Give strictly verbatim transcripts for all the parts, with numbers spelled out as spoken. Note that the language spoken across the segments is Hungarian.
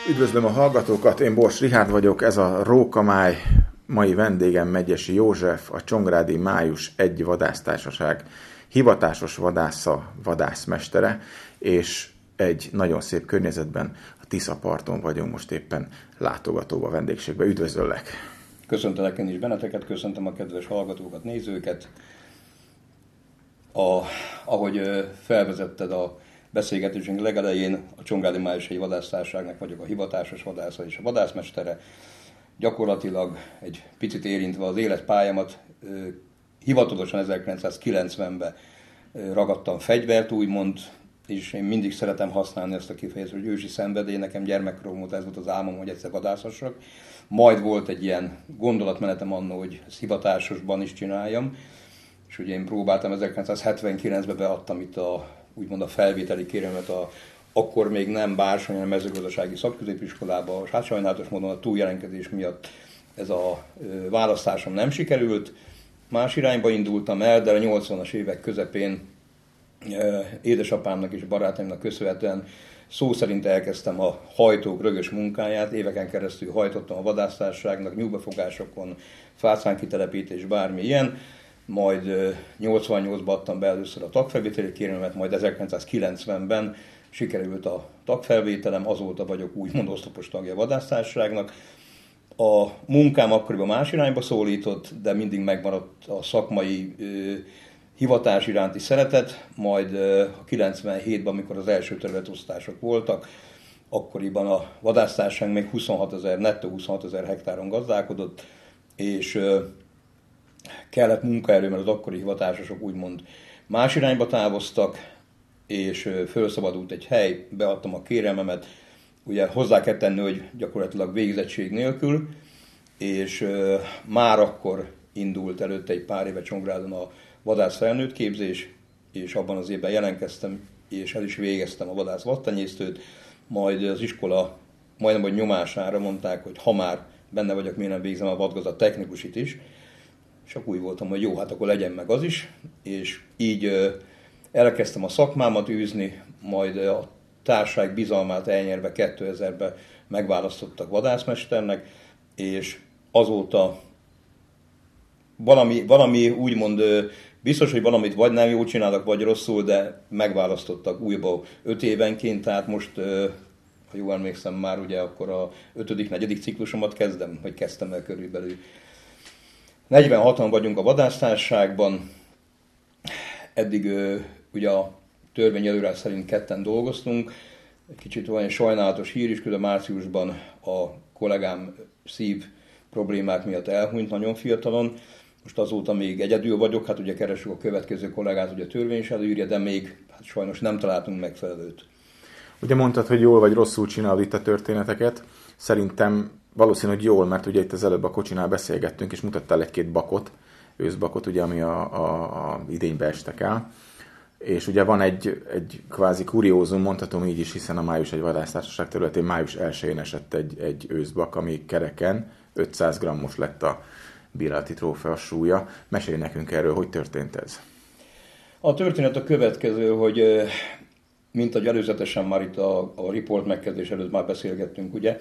Üdvözlöm a hallgatókat, én Bors Richárd vagyok, ez a Rókamáj, mai vendégem Megyesi József, a Csongrádi Május egy vadásztársaság hivatásos vadásza, vadászmestere, és egy nagyon szép környezetben, a Tisza-parton vagyunk most éppen látogatóba, vendégségbe. Üdvözöllek! Köszöntelek én is benneteket, köszöntöm a kedves hallgatókat, nézőket. A, ahogy felvezetted a beszélgetésünk legelején, a Csongrádi Május egy vadásztársaságnak vagyok a hivatásos vadásza és a vadászmestere. Gyakorlatilag egy picit érintve az életpályámat, hivatalosan ezerkilencszázkilencvenben ragadtam fegyvert, úgymond, és én mindig szeretem használni ezt a kifejezést, hogy ősi szenvedély, nekem gyermekkorom óta ez volt az álmom, hogy egyszer vadászhassak. Majd volt egy ilyen gondolatmenetem annó, hogy ezt hivatásosban is csináljam, és ugye én próbáltam ezerkilencszázhetvenkilencben beadtam itt a úgymond a felvételi kérelmet a akkor még nem Bársony, hanem mezőgazdasági szakközépiskolába, és hát sajnálatos módon a túljelenkedés miatt ez a választásom nem sikerült. Más irányba indultam el, de a nyolcvanas évek közepén édesapámnak és barátaimnak köszönhetően szó szerint elkezdtem a hajtók rögös munkáját, éveken keresztül hajtottam a vadásztársaságnak, nyúlbefogásokon, fácánkitelepítés, bármi ilyen. Majd nyolcvannyolcban adtam be először a tagfelvételi kérelmet, majd ezerkilencszázkilencvenben sikerült a tagfelvételem, azóta vagyok úgymond oszlopos tagja a vadásztársaságnak. A munkám akkoriban más irányba szólított, de mindig megmaradt a szakmai ö, hivatás iránti szeretet, majd ö, a kilencvenhétben, amikor az első területosztások voltak, akkoriban a vadásztársaság még huszonhatezer, nettó huszonhatezer hektáron gazdálkodott, és ö, kellett munkaerő, mert az akkori hivatásosok úgymond más irányba távoztak, és felszabadult egy hely, beadtam a kérelmemet, ugye hozzá kell tenni, hogy gyakorlatilag végzettség nélkül, és már akkor indult előtte egy pár éve Csongrádon a vadász felnőtt képzés, és abban az évben jelentkeztem, és el is végeztem a vadász vadtenyésztőt, majd az iskola majdnem, hogy nyomására mondták, hogy ha már benne vagyok, miért nem végzem a vadgazda technikusit is, és akkor úgy voltam, hogy jó, hát akkor legyen meg az is, és így elkezdtem a szakmámat űzni, majd a társaság bizalmát elnyerve kétezerben megválasztottak vadászmesternek, és azóta valami, valami úgymond biztos, hogy valamit vagy nem jól csinálok, vagy rosszul, de megválasztottak újba öt évenként, tehát most, ha jól emlékszem, már ugye akkor a ötödik, negyedik ciklusomat kezdem, vagy kezdtem el körülbelül. negyvenhatan vagyunk a vadásztársaságban, eddig ugye a törvény előírás szerint ketten dolgoztunk, egy kicsit van egy sajnálatos hír is, különben márciusban a kollégám szív problémák miatt elhunyt nagyon fiatalon, most azóta még egyedül vagyok, hát ugye keressük a következő kollégát, ugye a törvény is előírja, de még hát sajnos nem találtunk megfelelőt. Ugye mondtad, hogy jól vagy rosszul csinálod itt a történeteket, szerintem valószínű, hogy jól, mert ugye itt az előbb a kocsinál beszélgettünk, és mutattál egy-két bakot, őszbakot, ugye, ami a, a, a idénybe estek el. És ugye van egy, egy kvázi kuriózum, mondhatom így is, hiszen a Május egy vadásztársaság területén május elsején esett egy, egy őszbak, ami kereken ötszáz grammos lett a bírálati trófea súlya. Mesélj nekünk erről, hogy történt ez? A történet a következő, hogy mint ahogy előzetesen már itt a, a report megkezdés előtt már beszélgettünk, ugye,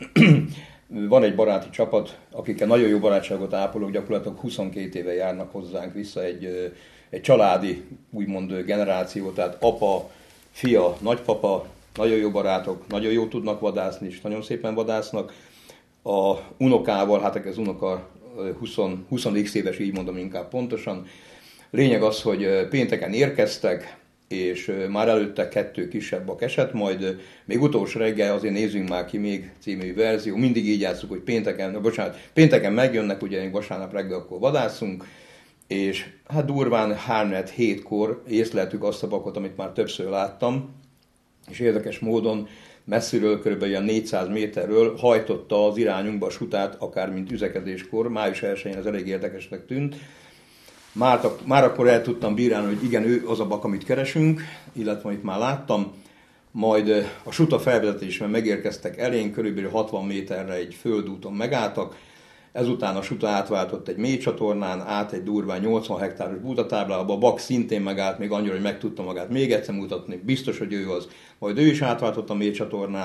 van egy baráti csapat, akikkel nagyon jó barátságot ápolok, gyakorlatilag huszonkét éve járnak hozzánk vissza, egy, egy családi úgymond generáció, tehát apa, fia, nagypapa, nagyon jó barátok, nagyon jó tudnak vadászni, és nagyon szépen vadásznak. A unokával, hát ez unoka húsz, húsz éves, így mondom inkább pontosan. Lényeg az, hogy pénteken érkeztek, és már előtte kettő kisebb bak esett, majd még utolsó reggel azért nézzünk már ki még című verzió, mindig így játszunk, hogy pénteken, bocsánat, pénteken megjönnek, ugye még vasárnap reggel akkor vadászunk, és hát durván három-hétkor észleltük azt a bakot, amit már többször láttam, és érdekes módon messziről, kb. Ilyen négyszáz méterről hajtotta az irányunkba a sutát, akár mint üzekedéskor, május elsején ez elég érdekesnek tűnt. Már, már akkor el tudtam bírálni, hogy igen, ő az a bak, amit keresünk, illetve amit már láttam. Majd a suta felvezetésben megérkeztek elénk, körülbelül hatvan méterre egy földúton megálltak. Ezután a suta átváltott egy mély csatornán, át egy durván nyolcvan hektáros búzatáblába. A bak szintén megállt, még annyira, hogy meg tudta magát még egyszer mutatni. Biztos, hogy ő az. Majd ő is átváltott a mély csatornán.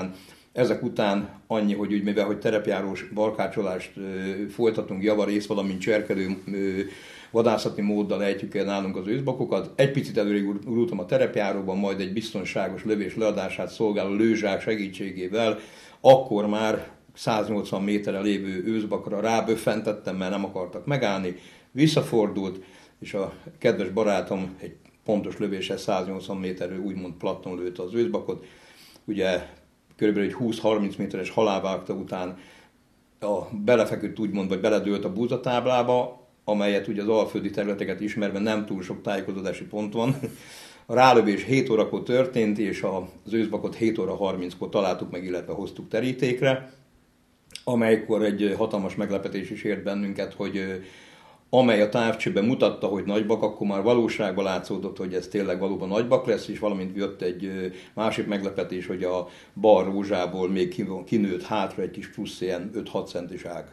Ezek után annyi, hogy úgy, mivel hogy terepjárós barkácsolást folytatunk javarész, valamint cserkelő vadászati móddal ejtjük el nálunk az őszbakokat. Egy picit előre gurultam a terepjáróban, majd egy biztonságos lövés leadását szolgáló lőzsák segítségével, akkor már száznyolcvan méterre lévő őszbakra ráböffentettem, mert nem akartak megállni, visszafordult, és a kedves barátom egy pontos lövéssel száznyolcvan méterről úgymond platton lőtte az őszbakot. Ugye körülbelül egy húsz-harminc méteres halálvágta után a belefeküdt úgymond, vagy beledőlt a búzatáblába, amelyet ugye az alföldi területeket ismerve nem túl sok tájékozódási pont van. A rálövés hét órakor történt, és az őszbakot hét óra harminckor találtuk meg, illetve hoztuk terítékre, amelykor egy hatalmas meglepetés is ért bennünket, hogy amely a távcsőben mutatta, hogy nagybak, akkor már valóságban látszódott, hogy ez tényleg valóban nagybak lesz, és valamint jött egy másik meglepetés, hogy a bal rózsából még kinőtt hátra egy kis plusz ilyen öt-hat centis ág.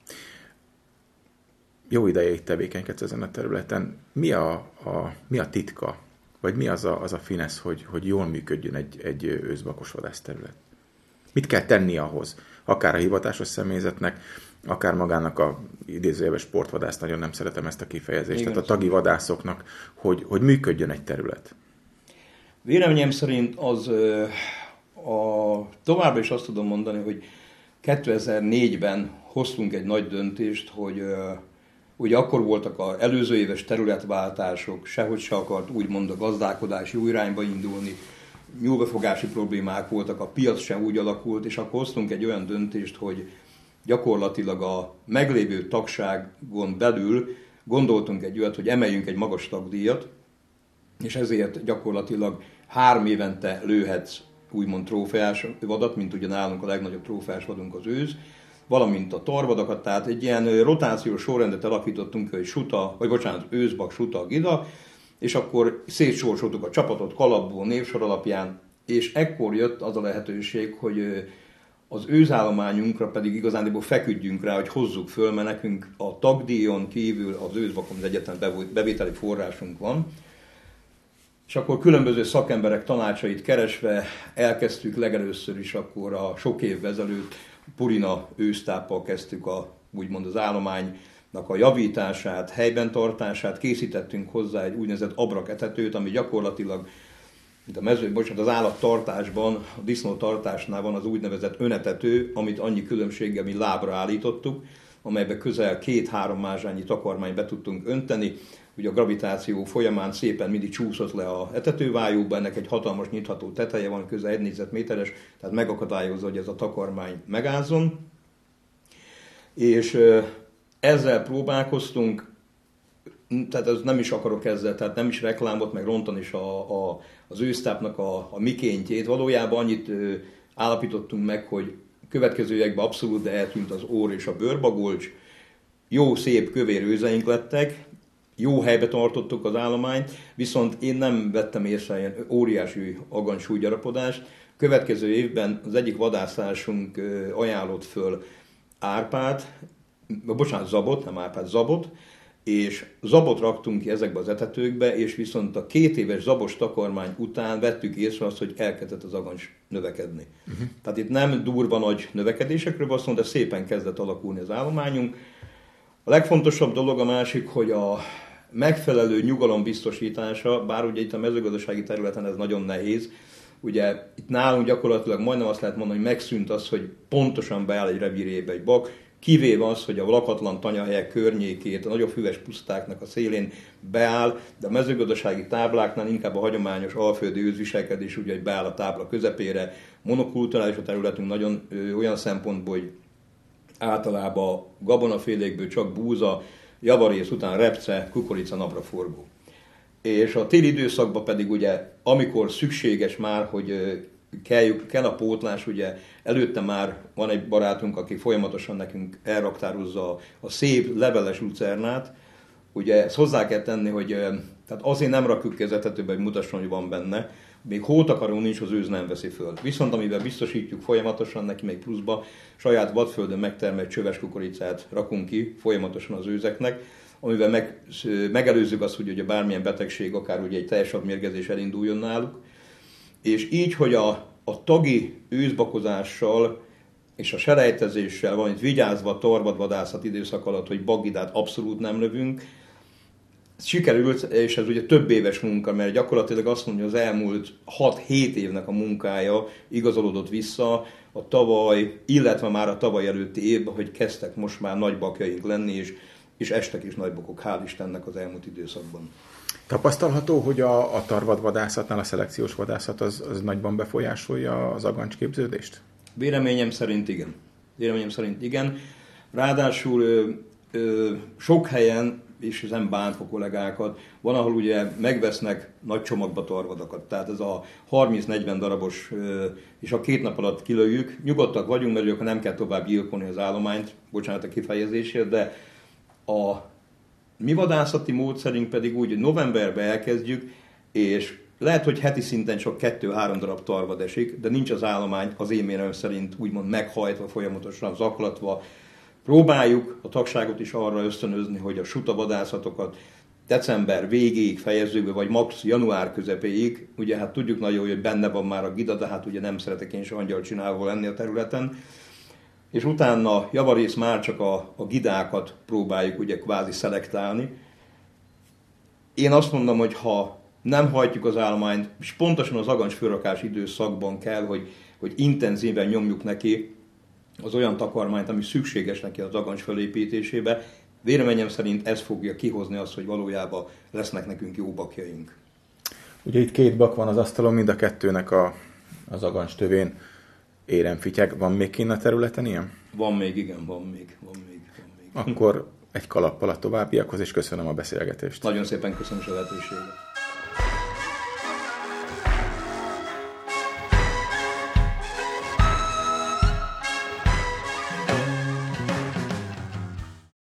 Jó ideig tevékenykedsz ezen a területen. Mi a, a, mi a titka, vagy mi az a, az a finesz, hogy, hogy jól működjön egy, egy őszbakos vadászterület? Mit kell tenni ahhoz? Akár a hivatásos személyzetnek, akár magának a idézőjelben sportvadász, nagyon nem szeretem ezt a kifejezést, igen, tehát a tagi vadászoknak, hogy, hogy működjön egy terület. Véleményem szerint az a, továbbra is azt tudom mondani, hogy kétezer-négyben hoztunk egy nagy döntést, hogy ugye akkor voltak az előző éves területváltások, sehogy se akart úgymond a gazdálkodás jó irányba indulni, nyúlbefogási problémák voltak, a piac sem úgy alakult, és akkor hoztunk egy olyan döntést, hogy gyakorlatilag a meglévő tagságon belül gondoltunk egy olyat, hogy emeljünk egy magas tagdíjat, és ezért gyakorlatilag három évente lőhetsz úgymond trófeás vadat, mint ugye nálunk a legnagyobb trófeás vadunk az ősz, valamint a torvadakat, tehát egy ilyen rotációs sorrendet alakítottunk, hogy suta, vagy bocsánat, őszbak, suta, gida, és akkor szétsorsoltuk a csapatot kalapból, névsor alapján, és ekkor jött az a lehetőség, hogy az őzállományunkra pedig igazándiból feküdjünk rá, hogy hozzuk föl, mert nekünk a tagdíjon kívül az őszbakon az egyetlen bevételi forrásunk van. És akkor különböző szakemberek tanácsait keresve elkezdtük legelőször is akkor a sok év ezelőtt Purina ősztáppal kezdtük a, úgymond az állománynak a javítását, helyben tartását, készítettünk hozzá egy úgynevezett abraketetőt, ami gyakorlatilag mint a mező, bocsánat, az állattartásban, a disznótartásnál van az úgynevezett önetető, amit annyi különbséggel mi lábra állítottuk, amelybe közel két-három mázsányi takarmányt be tudtunk önteni. Ugye a gravitáció folyamán szépen mindig csúszott le a etetővájúba, ennek egy hatalmas nyitható teteje van, közel egy négyzetméteres, tehát megakadályozza, hogy ez a takarmány megázzon. És ezzel próbálkoztunk, tehát ez nem is akarok ezzel, tehát nem is reklámot, meg rontani is a, a, az ősztápnak a, a mikéntjét. Valójában annyit ö, állapítottunk meg, hogy következő években abszolút eltűnt az ór és a bőrbagolcs, jó, szép kövér őzeink lettek, jó helybe tartottuk az állományt, viszont én nem vettem észre ilyen óriási agansúlygyarapodást. Következő évben az egyik vadászásunk ajánlott föl árpát, bocsánat, zabot, nem árpát, zabot, és zabot raktunk ki ezekbe az etetőkbe, és viszont a két éves zabos takarmány után vettük észre azt, hogy elkezdett az agans növekedni. Uh-huh. Tehát itt nem durva nagy növekedésekről van szó, de szépen kezdett alakulni az állományunk. A legfontosabb dolog a másik, hogy a megfelelő nyugalom biztosítása, bár ugye itt a mezőgazdasági területen ez nagyon nehéz, ugye itt nálunk gyakorlatilag majdnem azt lehet mondani, hogy megszűnt az, hogy pontosan beáll egy revírjébe egy bak, kivéve az, hogy a lakatlan tanyahelyek környékét, a nagyobb füves pusztáknak a szélén beáll, de a mezőgazdasági tábláknál inkább a hagyományos alföldi ősviselkedés, ugye, hogy beáll a tábla közepére. Monokulturális a területünk nagyon ö, olyan szempontból, hogy általában gabonafélékből csak búza, javarész után repce, kukorica, napraforgó. És a téli időszakban pedig ugye, amikor szükséges már, hogy kell, kell a pótlás, ugye előtte már van egy barátunk, aki folyamatosan nekünk elraktározza a szép leveles lucernát. Ugye ezt hozzá kell tenni, hogy tehát azért nem rakjuk ki az etetőbe, hogy mutasson, hogy van benne. Még hótakaró nincs, az őz nem veszi föl. Viszont amivel biztosítjuk folyamatosan, neki még pluszba saját vadföldön megtermelt csöves kukoricát rakunk ki folyamatosan az őzeknek, amivel meg, megelőzzük azt, hogy ugye bármilyen betegség, akár ugye egy teljesabb mérgezés elinduljon náluk. És így, hogy a a tagi őszbakozással és a selejtezéssel, valamint vigyázva a tarvadvadászat időszak alatt, hogy bagidát abszolút nem lövünk. Sikerült, és ez ugye több éves munka, mert gyakorlatilag azt mondja, az elmúlt hat-hét évnek a munkája igazolódott vissza a tavaly, illetve már a tavaly előtti évben, hogy kezdtek most már nagybakjaink lenni, és, és estek is nagybakok, hál' Istennek az elmúlt időszakban. Tapasztalható, hogy a, a tarvadvadászatnál a szelekciós vadászat az, az nagyban befolyásolja az agancsképződést? Véleményem szerint igen. Véleményem szerint igen. Ráadásul ö, ö, sok helyen, és nem bántva kollégákat, van, ahol ugye megvesznek nagy csomagba tarvadakat. Tehát ez a harminc-negyven darabos, ö, és a két nap alatt kilőjük. Nyugodtak vagyunk, mert akkor nem kell tovább gyilkolni az állományt, bocsánat a kifejezésért, de a mi vadászati módszerünk pedig úgy, hogy novemberben elkezdjük, és lehet, hogy heti szinten csak kettő-három darab tarvad esik, de nincs az állomány az én mérem szerint úgymond meghajtva, folyamatosan zaklatva. Próbáljuk a tagságot is arra ösztönözni, hogy a suta vadászatokat december végéig fejezőbe, vagy max. Január közepéig, ugye hát tudjuk nagyon, hogy benne van már a gida, de hát ugye nem szeretek én se angyalcsinálva lenni a területen. És utána javarész már csak a, a gidákat próbáljuk ugye kvázi szelektálni. Én azt mondom, hogy ha nem hajtjuk az állományt, és pontosan az agancsfölrakás időszakban kell, hogy, hogy intenzíven nyomjuk neki az olyan takarmányt, ami szükséges neki az agancs felépítésébe. Véleményem szerint ez fogja kihozni azt, hogy valójában lesznek nekünk jó bakjaink. Ugye itt két bak van az asztalon, mind a kettőnek a, az agancs tövén éremfityek. Van még kinn a területen ilyen? Van még, igen, van még. Van még, van még. Akkor egy kalappal a továbbiakhoz, és köszönöm a beszélgetést. Nagyon szépen köszönöm a lehetőséget.